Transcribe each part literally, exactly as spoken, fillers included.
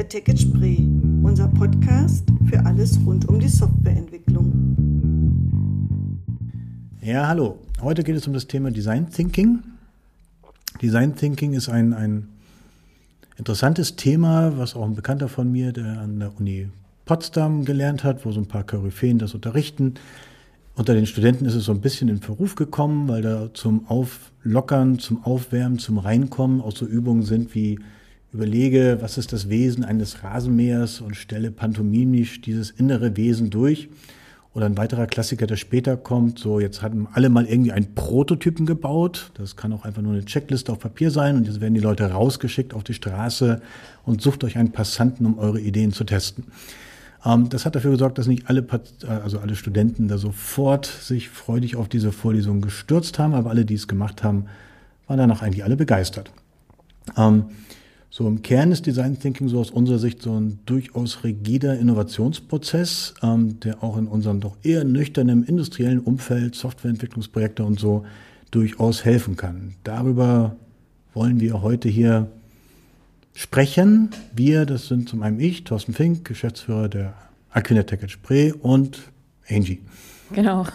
der TechEd Spree, unser Podcast für alles rund um die Softwareentwicklung. Ja, hallo. Heute geht es um das Thema Design Thinking. Design Thinking ist ein, ein interessantes Thema, was auch ein Bekannter von mir, der an der Uni Potsdam gelernt hat, wo so ein paar Koryphäen das unterrichten. Unter den Studenten ist es so ein bisschen in Verruf gekommen, weil da zum Auflockern, zum Aufwärmen, zum Reinkommen auch so Übungen sind wie überlege, was ist das Wesen eines Rasenmähers und stelle pantomimisch dieses innere Wesen durch. Oder ein weiterer Klassiker, der später kommt, so jetzt hatten alle mal irgendwie einen Prototypen gebaut. Das kann auch einfach nur eine Checkliste auf Papier sein und jetzt werden die Leute rausgeschickt auf die Straße und sucht euch einen Passanten, um eure Ideen zu testen. Ähm, das hat dafür gesorgt, dass nicht alle, also alle Studenten da sofort sich freudig auf diese Vorlesung gestürzt haben, aber alle, die es gemacht haben, waren danach eigentlich alle begeistert. Ähm, So im Kern ist Design Thinking so aus unserer Sicht so ein durchaus rigider Innovationsprozess, ähm, der auch in unserem doch eher nüchternen industriellen Umfeld, Softwareentwicklungsprojekte und so durchaus helfen kann. Darüber wollen wir heute hier sprechen. Wir, das sind zum einen ich, Thorsten Fink, Geschäftsführer der Aquinet TechEd Spree und Angie. Genau.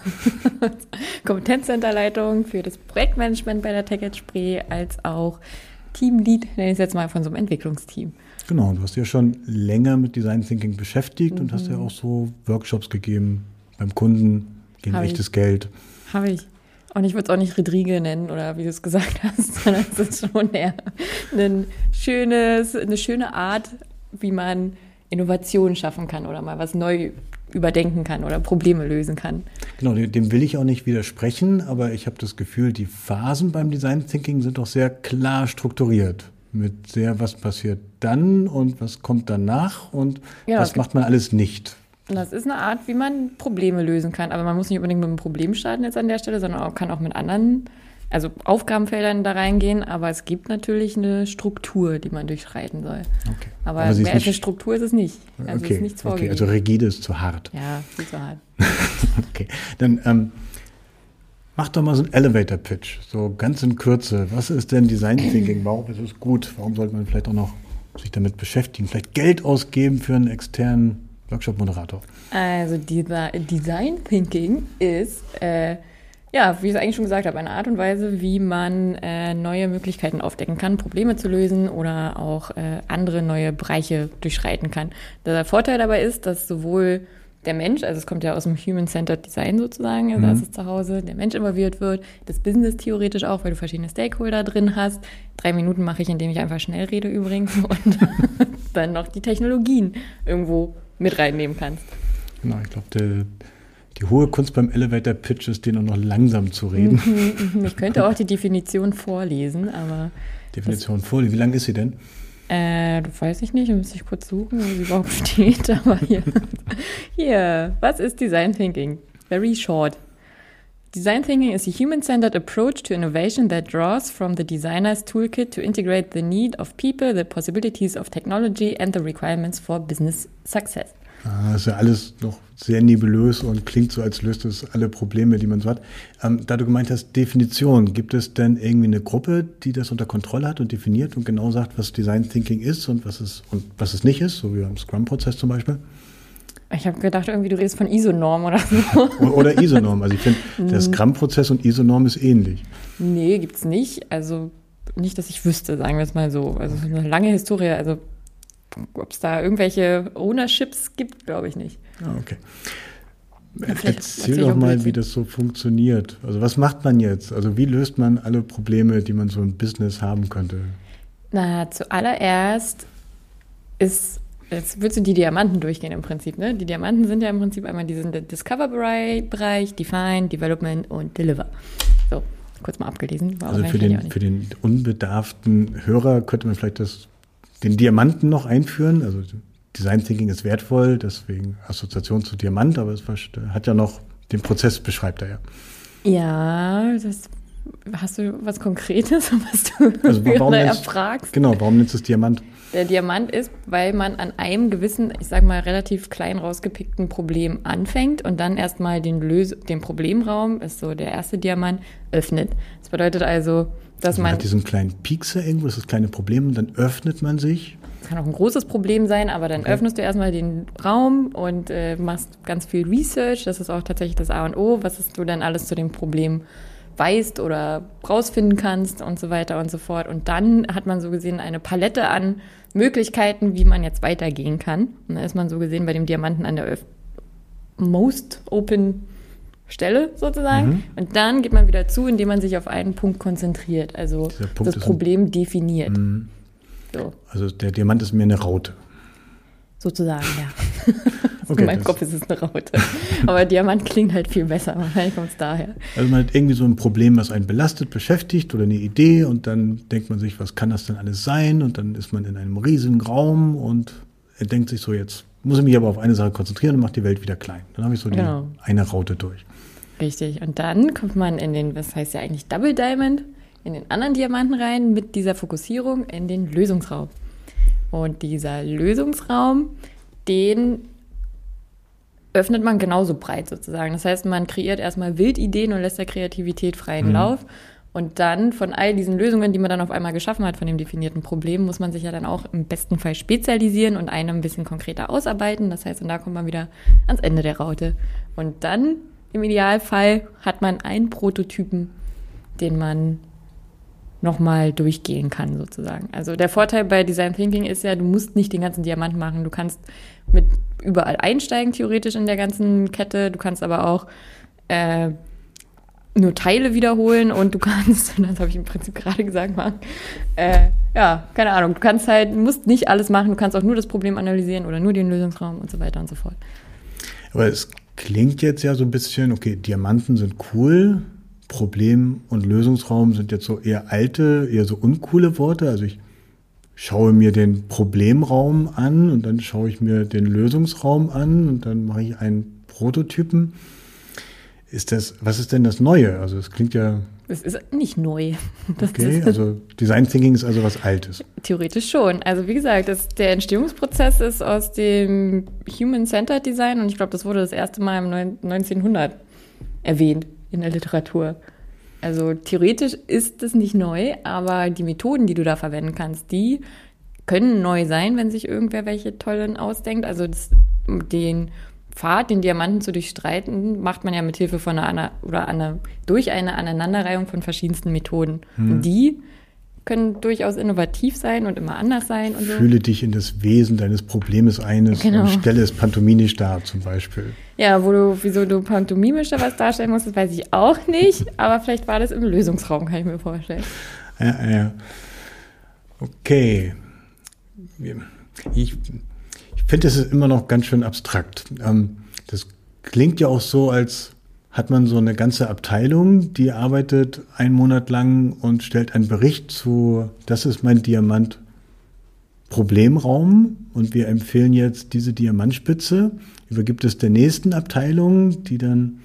Kompetenzcenterleitung für das Projektmanagement bei der TechEd Spree als auch Teamlead, nenne ich es jetzt mal, von so einem Entwicklungsteam. Genau, du hast dich ja schon länger mit Design Thinking beschäftigt mhm. und hast ja auch so Workshops gegeben beim Kunden gegen Hab echtes ich. Geld. Habe ich. Und ich würde es auch nicht Redrige nennen oder wie du es gesagt hast, sondern es ist schon eher ein schönes, eine schöne Art, wie man Innovation schaffen kann oder mal was neu überdenken kann oder Probleme lösen kann. Genau, dem will ich auch nicht widersprechen, aber ich habe das Gefühl, die Phasen beim Design Thinking sind doch sehr klar strukturiert. Mit sehr, was passiert dann und was kommt danach und ja, was macht man alles nicht. Und das ist eine Art, wie man Probleme lösen kann. Aber man muss nicht unbedingt mit einem Problem starten jetzt an der Stelle, sondern auch, kann auch mit anderen, also Aufgabenfeldern da reingehen. Aber es gibt natürlich eine Struktur, die man durchschreiten soll. Okay. Aber, aber mehr als eine Struktur ist es nicht. Also okay. ist nichts vorgegeben. Okay, also rigide ist zu hart. Ja, viel zu hart. Okay, dann ähm, mach doch mal so einen Elevator-Pitch, so ganz in Kürze. Was ist denn Design Thinking? Warum ist es gut? Warum sollte man vielleicht auch noch sich damit beschäftigen? Vielleicht Geld ausgeben für einen externen Workshop-Moderator? Also dieser Design Thinking ist, äh, ja, wie ich es eigentlich schon gesagt habe, eine Art und Weise, wie man äh, neue Möglichkeiten aufdecken kann, Probleme zu lösen oder auch äh, andere neue Bereiche durchschreiten kann. Der Vorteil dabei ist, dass sowohl der Mensch, also es kommt ja aus dem Human-Centered Design sozusagen, also mhm. das ist zu Hause, der Mensch involviert wird, das Business theoretisch auch, weil du verschiedene Stakeholder drin hast. Drei Minuten mache ich, indem ich einfach schnell rede übrigens und dann noch die Technologien irgendwo mit reinnehmen kannst. Genau, ich glaube, die, die hohe Kunst beim Elevator-Pitch ist, den auch noch langsam zu reden. Mhm, ich könnte auch die Definition vorlesen, aber... Definition vorlesen, wie lang ist sie denn? Äh, weiß ich nicht, müsste ich kurz suchen, wo sie überhaupt steht, aber hier. Hier, was ist Design Thinking? Very short. Design Thinking is a human-centered approach to innovation that draws from the designer's toolkit to integrate the need of people, the possibilities of technology and the requirements for business success. Ah, das ist ja alles noch sehr nebulös und klingt so, als löst es alle Probleme, die man so hat. Ähm, da du gemeint hast, Definition, gibt es denn irgendwie eine Gruppe, die das unter Kontrolle hat und definiert und genau sagt, was Design Thinking ist und was es, und was es nicht ist, so wie beim Scrum-Prozess zum Beispiel? Ich habe gedacht, irgendwie du redest von ISO-Norm oder so. Oder ISO-Norm. Also ich finde, der Scrum-Prozess und ISO-Norm ist ähnlich. Nee, gibt's nicht. Also nicht, dass ich wüsste, sagen wir es mal so. Also eine lange Historie. Also ob es da irgendwelche Ownerships gibt, glaube ich nicht. Ah, okay. Erzähl doch mal, wie das so funktioniert. Also was macht man jetzt? Also wie löst man alle Probleme, die man so im Business haben könnte? Na, zuallererst ist... Jetzt willst du die Diamanten durchgehen im Prinzip, ne? Die Diamanten sind ja im Prinzip einmal diesen Discover-Bereich, Define, Development und Deliver. So, kurz mal abgelesen. War also für den, für den unbedarften Hörer könnte man vielleicht das, den Diamanten noch einführen. Also Design Thinking ist wertvoll, deswegen Assoziation zu Diamant, aber es hat ja noch, den Prozess beschreibt er ja. Ja, das... Hast du was Konkretes, was du also warum nennst, erfragst? Genau, warum nennst du es Diamant? Der Diamant ist, weil man an einem gewissen, ich sag mal, relativ klein rausgepickten Problem anfängt und dann erstmal den, Lös- den Problemraum, ist so der erste Diamant, öffnet. Das bedeutet also, dass also man... Man hat diesen kleinen Piekser irgendwo, das ist das kleine Problem und dann öffnet man sich Das kann auch ein großes Problem sein, aber dann Okay. öffnest du erstmal den Raum und äh, machst ganz viel Research. Das ist auch tatsächlich das A und O, was du dann alles zu dem Problem weißt oder rausfinden kannst und so weiter und so fort. Und dann hat man so gesehen eine Palette an Möglichkeiten, wie man jetzt weitergehen kann. Und da ist man so gesehen bei dem Diamanten an der Öf- most open Stelle sozusagen. Mhm. Und dann geht man wieder zu, indem man sich auf einen Punkt konzentriert, also Dieser Punkt das ist ein- Problem definiert. Mhm. So, Also der Diamant ist mir eine Raute. sozusagen, ja. Okay, In meinem das- Kopf ist es eine Raute. Aber Diamant klingt halt viel besser. Wahrscheinlich kommt es daher. Also man hat irgendwie so ein Problem, was einen belastet, beschäftigt oder eine Idee und dann denkt man sich, was kann das denn alles sein? Und dann ist man in einem riesigen Raum und er denkt sich so, jetzt muss ich mich aber auf eine Sache konzentrieren und macht die Welt wieder klein. Dann habe ich so die Genau. eine Raute durch. Richtig. Und dann kommt man in den, was heißt ja eigentlich Double Diamond, in den anderen Diamanten rein mit dieser Fokussierung in den Lösungsraum. Und dieser Lösungsraum, den öffnet man genauso breit sozusagen. Das heißt, man kreiert erstmal Wildideen und lässt der Kreativität freien Mhm. Lauf. Und dann von all diesen Lösungen, die man dann auf einmal geschaffen hat, von dem definierten Problem, muss man sich ja dann auch im besten Fall spezialisieren und eine ein bisschen konkreter ausarbeiten. Das heißt, und da kommt man wieder ans Ende der Raute. Und dann, im Idealfall, hat man einen Prototypen, den man nochmal durchgehen kann sozusagen. Also der Vorteil bei Design Thinking ist ja, du musst nicht den ganzen Diamant machen. Du kannst mit überall einsteigen, theoretisch in der ganzen Kette. Du kannst aber auch äh, nur Teile wiederholen und du kannst, das habe ich im Prinzip gerade gesagt, Marc, äh, ja, keine Ahnung, du kannst halt, du musst nicht alles machen, du kannst auch nur das Problem analysieren oder nur den Lösungsraum und so weiter und so fort. Aber es klingt jetzt ja so ein bisschen, okay, Diamanten sind cool, Problem und Lösungsraum sind jetzt so eher alte, eher so uncoole Worte. Also ich schaue mir den Problemraum an und dann schaue ich mir den Lösungsraum an und dann mache ich einen Prototypen. Ist das, was ist denn das Neue? Also es klingt ja, Das ist nicht neu. Das okay, ist, also Design Thinking ist also was Altes. theoretisch schon. Also wie gesagt, das, der Entstehungsprozess ist aus dem Human-Centered Design und ich glaube, das wurde das erste Mal im neunzehnhundert erwähnt in der Literatur. Also theoretisch ist es nicht neu, aber die Methoden, die du da verwenden kannst, die können neu sein, wenn sich irgendwer welche tollen ausdenkt. Also das, den Pfad, den Diamanten zu durchstreiten, macht man ja mit Hilfe von einer oder einer, durch eine Aneinanderreihung von verschiedensten Methoden. Hm. Und die können durchaus innovativ sein und immer anders sein und so. Fühle dich in das Wesen deines Problems eines Genau. und stelle es pantomimisch dar, zum Beispiel. Ja, wo du, wieso du pantomimisch da was darstellen musst, das weiß ich auch nicht. Aber vielleicht war das im Lösungsraum, kann ich mir vorstellen. Ja, ja. Okay. Ich, ich finde, das ist immer noch ganz schön abstrakt. Ähm, das klingt ja auch so, als hat man so eine ganze Abteilung, die arbeitet einen Monat lang und stellt einen Bericht zu, das ist mein Diamant-Problemraum und wir empfehlen jetzt diese Diamantspitze. Übergibt es der nächsten Abteilung, die dann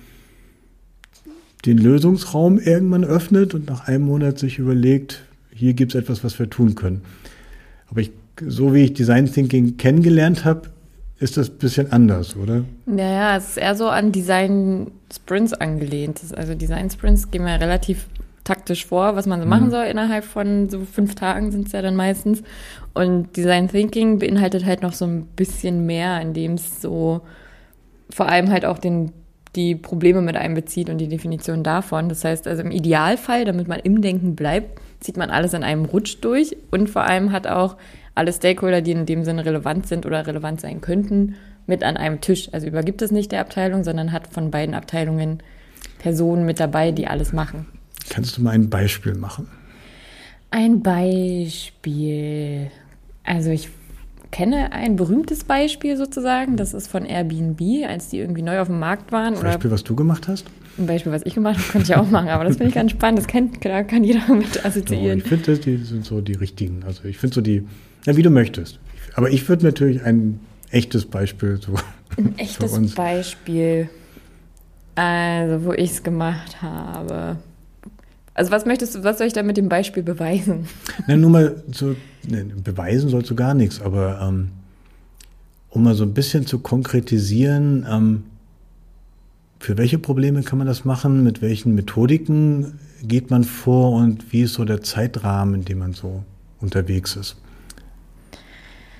den Lösungsraum irgendwann öffnet und nach einem Monat sich überlegt, hier gibt es etwas, was wir tun können. Aber ich, so wie ich Design Thinking kennengelernt habe, ist das ein bisschen anders, oder? Ja, ja, es ist eher so an Design Sprints angelehnt. Das- Also Design Sprints gehen wir relativ taktisch vor, was man so machen soll. Innerhalb von so fünf Tagen sind es ja dann meistens. Und Design Thinking beinhaltet halt noch so ein bisschen mehr, indem es so vor allem halt auch den, die Probleme mit einbezieht und die Definition davon. Das heißt, also im Idealfall, damit man im Denken bleibt, zieht man alles in einem Rutsch durch und vor allem hat auch alle Stakeholder, die in dem Sinne relevant sind oder relevant sein könnten, mit an einem Tisch. Also übergibt es nicht der Abteilung, sondern hat von beiden Abteilungen Personen mit dabei, die alles machen. Kannst du mal ein Beispiel machen? Ein Beispiel. Also ich kenne ein berühmtes Beispiel sozusagen. Das ist von Airbnb, als die irgendwie neu auf dem Markt waren. Ein Oder Beispiel, was du gemacht hast? ein Beispiel, was ich gemacht habe, könnte ich auch machen. Aber das finde ich ganz spannend. Das kennt, da kann jeder mit So, assoziieren. ich finde, die sind so die richtigen. Also ich finde so die, ja, wie du möchtest. Aber ich würde natürlich ein echtes Beispiel so Ein für echtes uns. Beispiel, also wo ich es gemacht habe. Also was möchtest du, was soll ich da mit dem Beispiel beweisen? Na, nur mal so, ne, beweisen sollst du gar nichts, aber ähm, um mal so ein bisschen zu konkretisieren, ähm, für welche Probleme kann man das machen, mit welchen Methodiken geht man vor und wie ist so der Zeitrahmen, in dem man so unterwegs ist?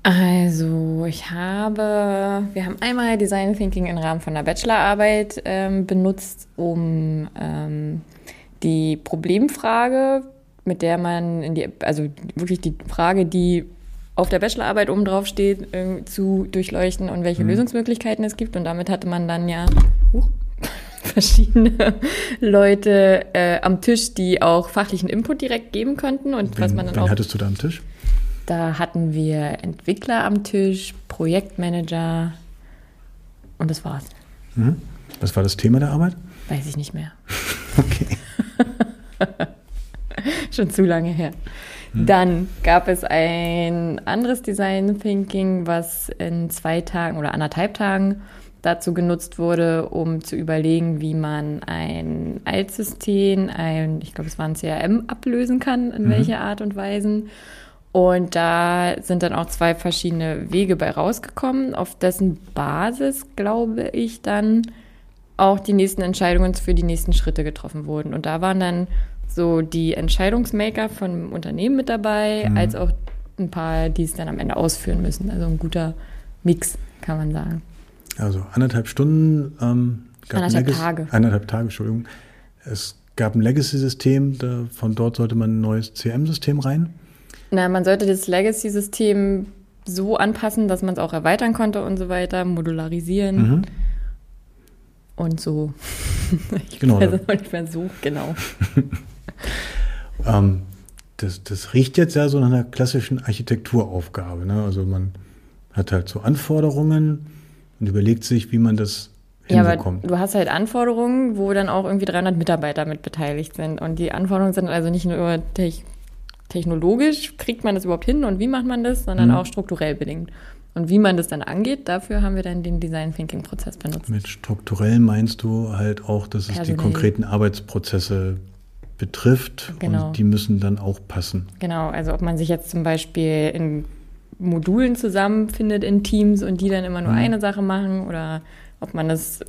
Also ich habe, wir haben einmal Design Thinking im Rahmen von der Bachelorarbeit ähm, benutzt, um ähm, die Problemfrage, mit der man in die, also wirklich die Frage, die auf der Bachelorarbeit oben drauf steht, äh, zu durchleuchten und welche mhm. Lösungsmöglichkeiten es gibt. Und damit hatte man dann ja uh, verschiedene Leute äh, am Tisch, die auch fachlichen Input direkt geben könnten. Und wen, was man dann wen auch, hattest du da am Tisch? Da hatten wir Entwickler am Tisch, Projektmanager und das war's. Mhm. Was war das Thema der Arbeit? Weiß ich nicht mehr. Okay. Schon zu lange her. Mhm. Dann gab es ein anderes Design Thinking, was in zwei Tagen oder anderthalb Tagen dazu genutzt wurde, um zu überlegen, wie man ein Altsystem, ein, ich glaube, es war ein C R M, ablösen kann, in mhm. welcher Art und Weise. Und da sind dann auch zwei verschiedene Wege bei rausgekommen, auf dessen Basis, glaube ich, dann auch die nächsten Entscheidungen für die nächsten Schritte getroffen wurden. Und da waren dann so die Entscheidungsmaker vom Unternehmen mit dabei, mhm. als auch ein paar, die es dann am Ende ausführen müssen. Also ein guter Mix, kann man sagen. Also anderthalb Stunden. Ähm, gab anderthalb Legacy, Tage. Anderthalb Tage, Entschuldigung. Es gab ein Legacy-System, da, von dort sollte man ein neues C R M-System rein. Na, man sollte das Legacy-System so anpassen, dass man es auch erweitern konnte und so weiter, modularisieren Mhm. und so. Ich Genau. weiß es noch nicht mehr so genau. ähm, das, das riecht jetzt ja so nach einer klassischen Architekturaufgabe. Ne? Also man hat halt so Anforderungen und überlegt sich, wie man das Ja, aber hinbekommt. du hast halt Anforderungen, wo dann auch irgendwie dreihundert Mitarbeiter mit beteiligt sind. Und die Anforderungen sind also nicht nur te- technologisch, kriegt man das überhaupt hin und wie macht man das, sondern Mhm. auch strukturell bedingt. Und wie man das dann angeht, dafür haben wir dann den Design Thinking Prozess benutzt. Mit strukturell meinst du halt auch, dass es die Personell. konkreten Arbeitsprozesse betrifft Genau. und die müssen dann auch passen. Genau, also ob man sich jetzt zum Beispiel in Modulen zusammenfindet in Teams und die dann immer nur Mhm. eine Sache machen oder ob man das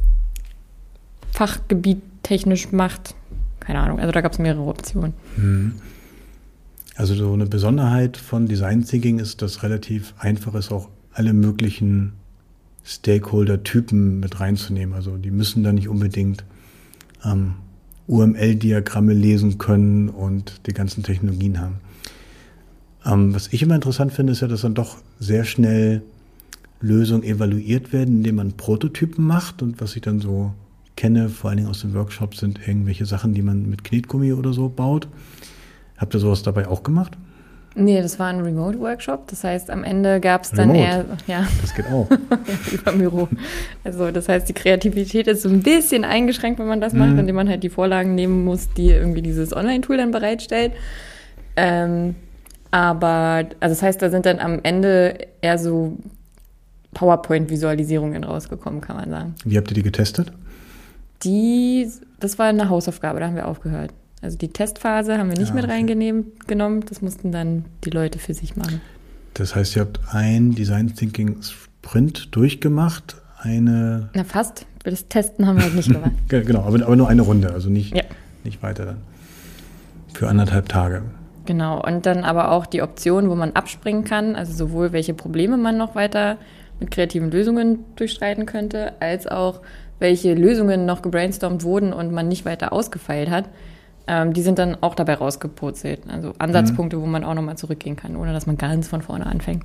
Fachgebiet technisch macht. Keine Ahnung, also da gab es mehrere Optionen. Mhm. Also so eine Besonderheit von Design Thinking ist, dass relativ einfach ist, auch alle möglichen Stakeholder-Typen mit reinzunehmen. Also die müssen da nicht unbedingt ähm, U M L-Diagramme lesen können und die ganzen Technologien haben. Ähm, was ich immer interessant finde, ist ja, dass dann doch sehr schnell Lösungen evaluiert werden, indem man Prototypen macht. Und was ich dann so kenne, vor allen Dingen aus den Workshops, sind irgendwelche Sachen, die man mit Knetgummi oder so baut. Habt ihr sowas dabei auch gemacht? Nee, das war ein Remote-Workshop. Das heißt, am Ende gab es dann Remote? eher, ja, Das geht auch. über Büro. Also das heißt, die Kreativität ist so ein bisschen eingeschränkt, wenn man das macht, Mhm. indem man halt die Vorlagen nehmen muss, die irgendwie dieses Online-Tool dann bereitstellt. Ähm, aber, also das heißt, da sind dann am Ende eher so PowerPoint-Visualisierungen rausgekommen, kann man sagen. Wie habt ihr die getestet? Die, das war eine Hausaufgabe, da haben wir aufgehört. Also die Testphase haben wir nicht Ja, mit okay. reingenommen, das mussten dann die Leute für sich machen. Das heißt, ihr habt ein Design Thinking Sprint durchgemacht, eine, Na fast, für das Testen haben wir halt nicht gemacht. Ge- genau, aber, aber nur eine Runde, also nicht, Ja. nicht weiter dann. Für anderthalb Tage. Genau, und dann aber auch die Option, wo man abspringen kann, also sowohl welche Probleme man noch weiter mit kreativen Lösungen durchstreiten könnte, als auch welche Lösungen noch gebrainstormt wurden und man nicht weiter ausgefeilt hat. Ähm, die sind dann auch dabei rausgepurzelt. Also Ansatzpunkte, mhm. wo man auch nochmal zurückgehen kann, ohne dass man ganz von vorne anfängt.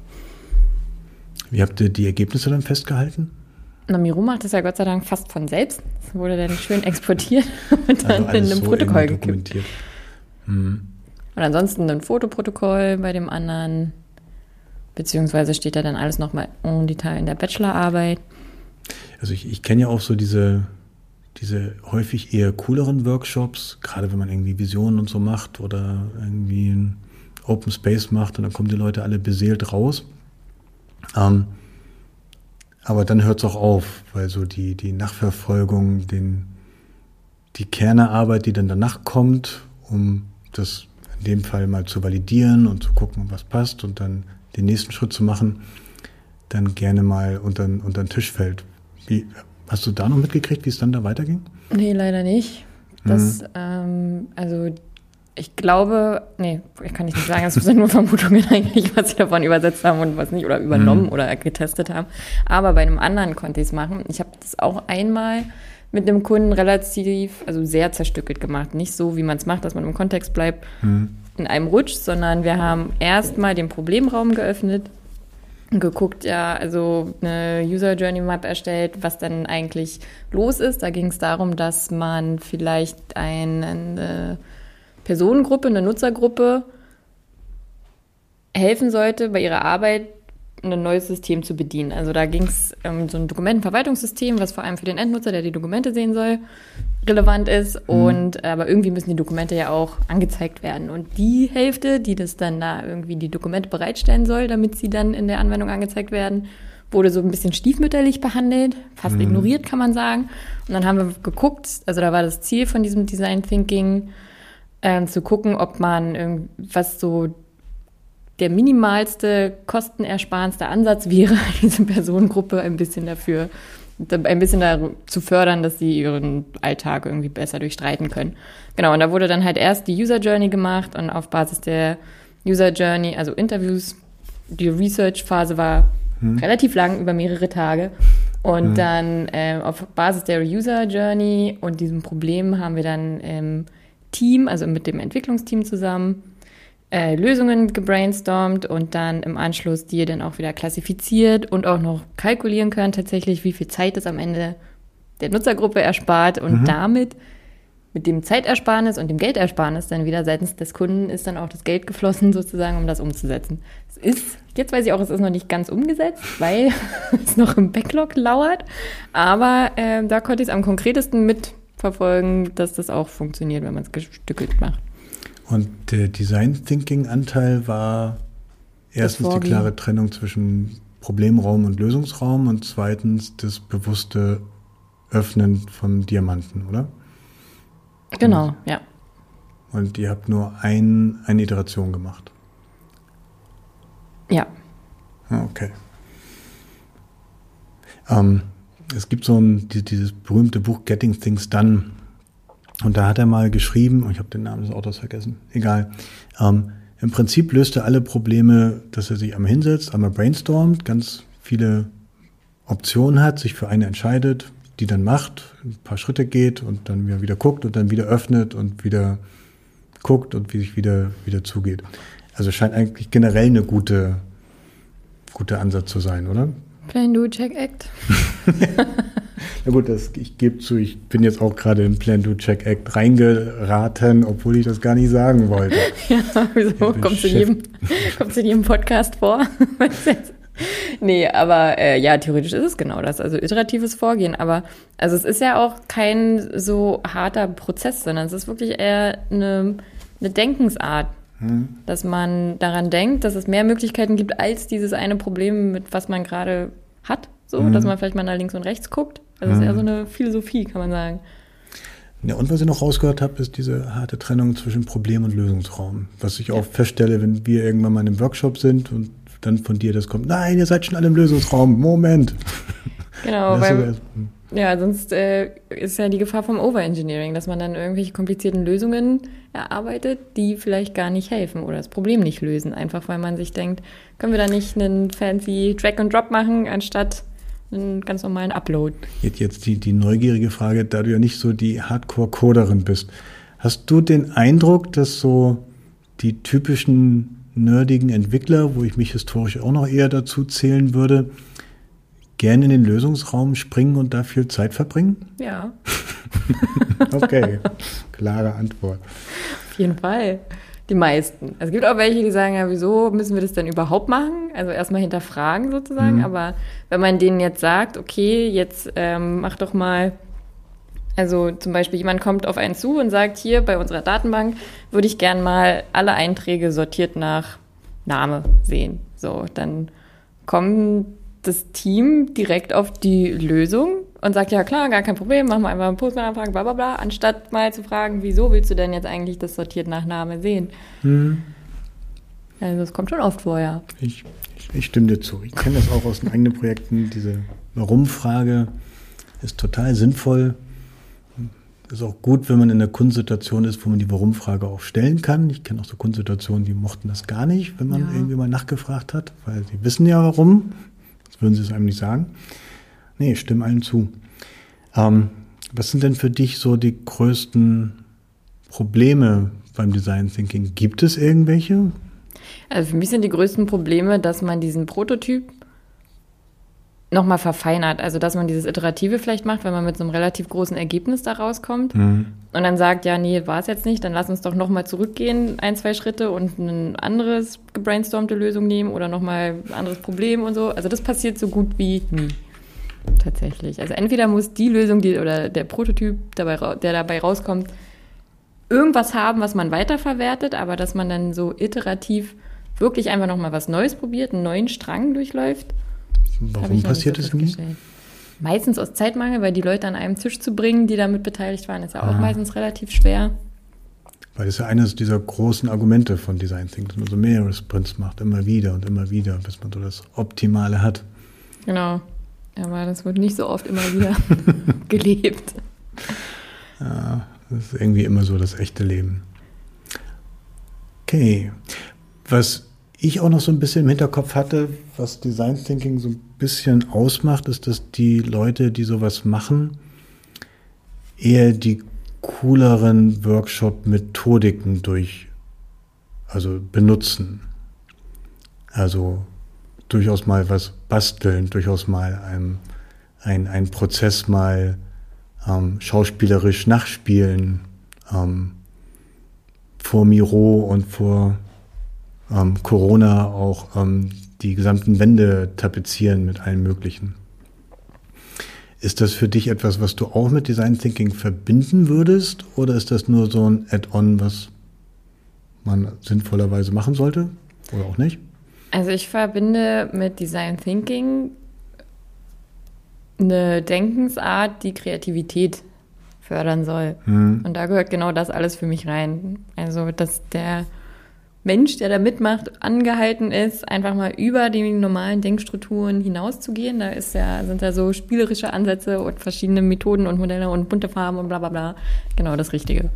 Wie habt ihr die Ergebnisse dann festgehalten? Na, Miro macht das ja Gott sei Dank fast von selbst. Das wurde dann schön exportiert und dann Also alles in einem so Protokoll irgendwie gekippt. dokumentiert. Hm. Und ansonsten ein Fotoprotokoll bei dem anderen, beziehungsweise steht da dann alles nochmal en Detail in der Bachelorarbeit. Also ich, ich kenne ja auch so diese, diese häufig eher cooleren Workshops, gerade wenn man irgendwie Visionen und so macht oder irgendwie ein Open Space macht und dann kommen die Leute alle beseelt raus. Ähm, aber dann hört es auch auf, weil so die, die Nachverfolgung, den, die Kernearbeit, die dann danach kommt, um das in dem Fall mal zu validieren und zu gucken, was passt und dann den nächsten Schritt zu machen, dann gerne mal unter, unter den Tisch fällt. Wie, hast du da noch mitgekriegt, wie es dann da weiterging? Nee, leider nicht. Das, Mhm. ähm, also Ich glaube, nee, ich kann nicht sagen, das sind nur Vermutungen eigentlich, was sie davon übersetzt haben und was nicht oder übernommen mhm. oder getestet haben. Aber bei einem anderen konnte ich es machen. Ich habe das auch einmal mit einem Kunden relativ, also sehr zerstückelt gemacht. Nicht so, wie man es macht, dass man im Kontext bleibt, mhm. in einem Rutsch, sondern wir haben erstmal den Problemraum geöffnet und geguckt, ja, also eine User Journey Map erstellt, was dann eigentlich los ist. Da ging es darum, dass man vielleicht eine Personengruppe, eine Nutzergruppe helfen sollte, bei ihrer Arbeit ein neues System zu bedienen. Also da ging es um so ein Dokumentenverwaltungssystem, was vor allem für den Endnutzer, der die Dokumente sehen soll, relevant ist. Mhm. Und aber irgendwie müssen die Dokumente ja auch angezeigt werden. Und die Hälfte, die das dann da irgendwie die Dokumente bereitstellen soll, damit sie dann in der Anwendung angezeigt werden, wurde so ein bisschen stiefmütterlich behandelt, fast mhm. ignoriert, kann man sagen. Und dann haben wir geguckt, also da war das Ziel von diesem Design Thinking, äh, zu gucken, ob man irgendwas so der minimalste, kostenersparendste Ansatz wäre, diese Personengruppe ein bisschen dafür, ein bisschen da zu fördern, dass sie ihren Alltag irgendwie besser durchstreiten können. Genau, und da wurde dann halt erst die User Journey gemacht und auf Basis der User Journey, also Interviews, die Research-Phase war hm. relativ lang, über mehrere Tage. Und hm. dann äh, auf Basis der User Journey und diesem Problem haben wir dann im Team, also mit dem Entwicklungsteam zusammen, Äh, Lösungen gebrainstormt und dann im Anschluss die dann auch wieder klassifiziert und auch noch kalkulieren können tatsächlich, wie viel Zeit es am Ende der Nutzergruppe erspart und mhm. damit mit dem Zeitersparnis und dem Geldersparnis dann wieder seitens des Kunden ist dann auch das Geld geflossen sozusagen, um das umzusetzen. Es ist, jetzt weiß ich auch, es ist noch nicht ganz umgesetzt, weil es noch im Backlog lauert, aber äh, da konnte ich es am konkretesten mitverfolgen, dass das auch funktioniert, wenn man es gestückelt macht. Und der Design Thinking Anteil war erstens die klare Trennung zwischen Problemraum und Lösungsraum und zweitens das bewusste Öffnen von Diamanten, oder? Genau, und, ja. Und ihr habt nur ein, eine Iteration gemacht? Ja. Okay. Ähm, es gibt so ein, dieses berühmte Buch Getting Things Done. Und da hat er mal geschrieben, und ich habe den Namen des Autors vergessen, egal, ähm, im Prinzip löst er alle Probleme, dass er sich einmal hinsetzt, einmal brainstormt, ganz viele Optionen hat, sich für eine entscheidet, die dann macht, ein paar Schritte geht und dann wieder, wieder guckt und dann wieder öffnet und wieder guckt und wie sich wieder, wieder zugeht. Also scheint eigentlich generell eine gute, gute Ansatz zu sein, oder? Plan, Do, Check, Act. Na gut, das, ich gebe zu, ich bin jetzt auch gerade in Plan, Do, Check, Act reingeraten, obwohl ich das gar nicht sagen wollte. Ja, wieso? Kommst du in jedem, kommst in jedem Podcast vor? Nee, aber äh, ja, theoretisch ist es genau das, also iteratives Vorgehen. Aber also es ist ja auch kein so harter Prozess, sondern es ist wirklich eher eine, eine Denkensart, hm. dass man daran denkt, dass es mehr Möglichkeiten gibt als dieses eine Problem, mit was man gerade hat. So, hm. dass man vielleicht mal nach links und rechts guckt. Also es hm. ist eher so eine Philosophie, kann man sagen. Ja, und was ich noch rausgehört habe, ist diese harte Trennung zwischen Problem und Lösungsraum. Was ich auch ja. feststelle, wenn wir irgendwann mal in einem Workshop sind und dann von dir das kommt, nein, ihr seid schon alle im Lösungsraum, Moment. Genau, weil, ja, sonst äh, ist ja die Gefahr vom Overengineering, dass man dann irgendwelche komplizierten Lösungen erarbeitet, die vielleicht gar nicht helfen oder das Problem nicht lösen, einfach weil man sich denkt, können wir da nicht einen fancy Drag and Drop machen, anstatt einen ganz normalen Upload. Jetzt, jetzt die, die neugierige Frage, da du ja nicht so die Hardcore-Coderin bist, hast du den Eindruck, dass so die typischen nerdigen Entwickler, wo ich mich historisch auch noch eher dazu zählen würde, gerne in den Lösungsraum springen und da viel Zeit verbringen? Ja. Okay, klare Antwort. Auf jeden Fall. Die meisten. Es gibt auch welche, die sagen, ja, wieso müssen wir das denn überhaupt machen? Also erstmal hinterfragen sozusagen. Mhm. Aber wenn man denen jetzt sagt, okay, jetzt ähm, mach doch mal, also zum Beispiel jemand kommt auf einen zu und sagt, hier bei unserer Datenbank würde ich gern mal alle Einträge sortiert nach Name sehen. So, dann kommt das Team direkt auf die Lösung und sagt, ja klar, gar kein Problem, machen wir einfach einen Postman-Anfrage, bla bla bla, anstatt mal zu fragen, wieso willst du denn jetzt eigentlich das sortiert nach Name sehen? Hm. Also das kommt schon oft vor, ja. Ich, ich, ich stimme dir zu. Ich kenne das auch aus den eigenen Projekten. Diese Warum-Frage ist total sinnvoll. ist auch gut, wenn man in einer Kundensituation ist, wo man die Warum-Frage auch stellen kann. Ich kenne auch so Kundensituationen, die mochten das gar nicht, wenn man ja. irgendwie mal nachgefragt hat, weil sie wissen ja warum, sonst würden sie es einem nicht sagen. Nee, stimmen allen zu. Ähm, was sind denn für dich so die größten Probleme beim Design Thinking? Gibt es irgendwelche? Also für mich sind die größten Probleme, dass man diesen Prototyp nochmal verfeinert. Also dass man dieses Iterative vielleicht macht, wenn man mit so einem relativ großen Ergebnis da rauskommt mhm. und dann sagt, ja, nee, war es jetzt nicht, dann lass uns doch nochmal zurückgehen, ein, zwei Schritte und ein anderes gebrainstormte Lösung nehmen oder nochmal ein anderes Problem und so. Also das passiert so gut wie nie. Tatsächlich. Also entweder muss die Lösung, die oder der Prototyp, dabei, der dabei rauskommt, irgendwas haben, was man weiterverwertet, aber dass man dann so iterativ wirklich einfach nochmal was Neues probiert, einen neuen Strang durchläuft. Warum passiert das nie? Meistens aus Zeitmangel, weil die Leute an einem Tisch zu bringen, die damit beteiligt waren, ist ja auch ah. meistens relativ schwer. Weil das ist ja eines dieser großen Argumente von Design Thinking, dass man so mehrere Sprints macht, immer wieder und immer wieder, bis man so das Optimale hat. Genau. Aber das wird nicht so oft immer wieder gelebt. Ja, das ist irgendwie immer so das echte Leben. Okay. Was ich auch noch so ein bisschen im Hinterkopf hatte, was Design Thinking so ein bisschen ausmacht, ist, dass die Leute, die sowas machen, eher die cooleren Workshop-Methodiken durch, also benutzen. Also durchaus mal was basteln, durchaus mal ein, ein, ein Prozess mal ähm, schauspielerisch nachspielen, ähm, vor Miro und vor ähm, Corona auch ähm, die gesamten Wände tapezieren mit allem Möglichen. Ist das für dich etwas, was du auch mit Design Thinking verbinden würdest, oder ist das nur so ein Add-on, was man sinnvollerweise machen sollte oder auch nicht? Also ich verbinde mit Design Thinking eine Denkensart, die Kreativität fördern soll. Hm. Und da gehört genau das alles für mich rein. Also dass der Mensch, der da mitmacht, angehalten ist, einfach mal über die normalen Denkstrukturen hinauszugehen. Da ist ja, sind ja so spielerische Ansätze und verschiedene Methoden und Modelle und bunte Farben und bla bla bla. Genau das Richtige.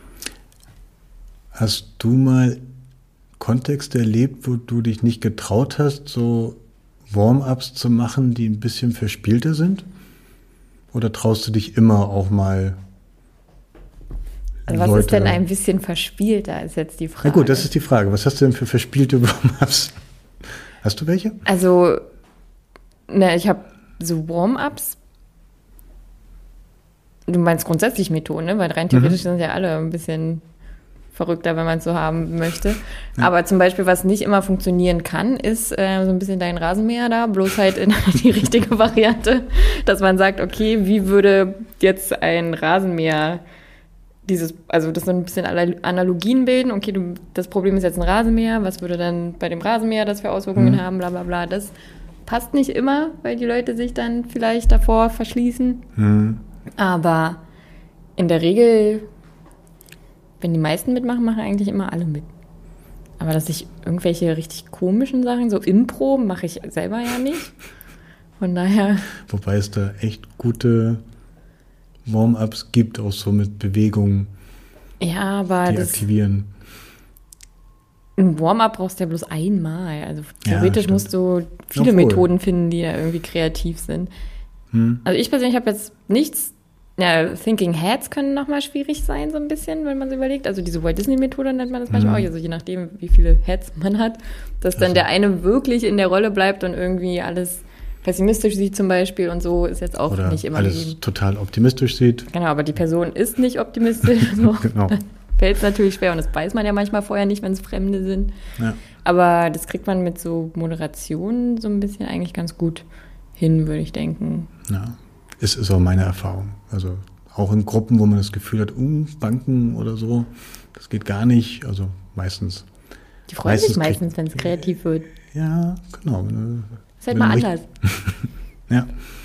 Hast du mal Kontexte erlebt, wo du dich nicht getraut hast, so Warm-ups zu machen, die ein bisschen verspielter sind? Oder traust du dich immer auch mal Also was Leute, ist denn ein bisschen verspielter, ist jetzt die Frage. Na gut, das ist die Frage. Was hast du denn für verspielte Warm-ups? Hast du welche? Also, na, ich habe so Warm-ups. Du meinst grundsätzlich Methoden, ne? Weil rein theoretisch mhm. sind ja alle ein bisschen verrückter, wenn man es so haben möchte. Ja. Aber zum Beispiel, was nicht immer funktionieren kann, ist äh, so ein bisschen dein Rasenmäher da, bloß halt in die richtige Variante, dass man sagt, okay, wie würde jetzt ein Rasenmäher dieses, also das so ein bisschen Analogien bilden, okay, du, das Problem ist jetzt ein Rasenmäher, was würde dann bei dem Rasenmäher das für Auswirkungen mhm. haben, bla bla bla. Das passt nicht immer, weil die Leute sich dann vielleicht davor verschließen. Mhm. Aber in der Regel, wenn die meisten mitmachen, machen eigentlich immer alle mit. Aber dass ich irgendwelche richtig komischen Sachen, so Impro, mache ich selber ja nicht. Von daher. Wobei es da echt gute Warm-ups gibt, auch so mit Bewegungen, ja, aber die das, aktivieren. Ein Warm-up brauchst du ja bloß einmal. Also theoretisch ja, musst du viele Obwohl. Methoden finden, die da irgendwie kreativ sind. Hm. Also ich persönlich habe jetzt nichts. Ja, Thinking Heads können nochmal schwierig sein, so ein bisschen, wenn man es überlegt. Also diese Walt Disney-Methode nennt man das manchmal mhm. auch, also je nachdem, wie viele Heads man hat, dass dann also. der eine wirklich in der Rolle bleibt und irgendwie alles pessimistisch sieht zum Beispiel und so ist jetzt auch Oder nicht immer alles gegeben. Total optimistisch sieht. Genau, aber die Person ist nicht optimistisch. So. Genau. Dann fällt es natürlich schwer und das weiß man ja manchmal vorher nicht, wenn es Fremde sind. Ja. Aber das kriegt man mit so Moderationen so ein bisschen eigentlich ganz gut hin, würde ich denken. Ja. Es ist auch meine Erfahrung. Also auch in Gruppen, wo man das Gefühl hat, uh, Banken oder so, das geht gar nicht. Also meistens. Die freuen sich meistens, wenn es kreativ wird. Ja, genau. Ist halt mal anders. Ja.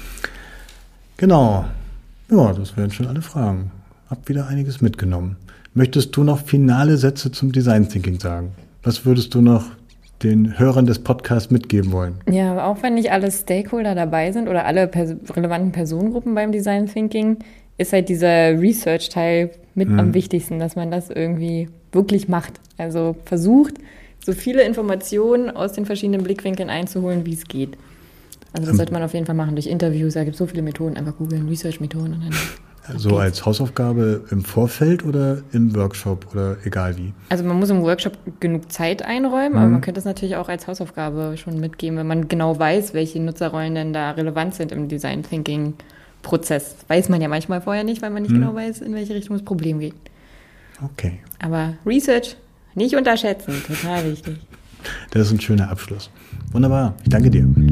Genau. Ja, das wären schon alle Fragen. Hab wieder einiges mitgenommen. Möchtest du noch finale Sätze zum Design Thinking sagen? Was würdest du noch den Hörern des Podcasts mitgeben wollen? Ja, aber auch wenn nicht alle Stakeholder dabei sind oder alle pers- relevanten Personengruppen beim Design Thinking, ist halt dieser Research-Teil mit Mhm. am wichtigsten, dass man das irgendwie wirklich macht. Also versucht, so viele Informationen aus den verschiedenen Blickwinkeln einzuholen, wie es geht. Also das Ähm. sollte man auf jeden Fall machen durch Interviews. Da gibt es so viele Methoden. Einfach googeln, Research-Methoden. Und dann So als Hausaufgabe im Vorfeld oder im Workshop oder egal wie? Also man muss im Workshop genug Zeit einräumen, Mhm. aber man könnte es natürlich auch als Hausaufgabe schon mitgeben, wenn man genau weiß, welche Nutzerrollen denn da relevant sind im Design Thinking Prozess. Weiß man ja manchmal vorher nicht, weil man nicht Mhm. genau weiß, in welche Richtung das Problem geht. Okay, Aber Research nicht unterschätzen, total wichtig. das ist ein schöner Abschluss. Wunderbar, ich danke dir.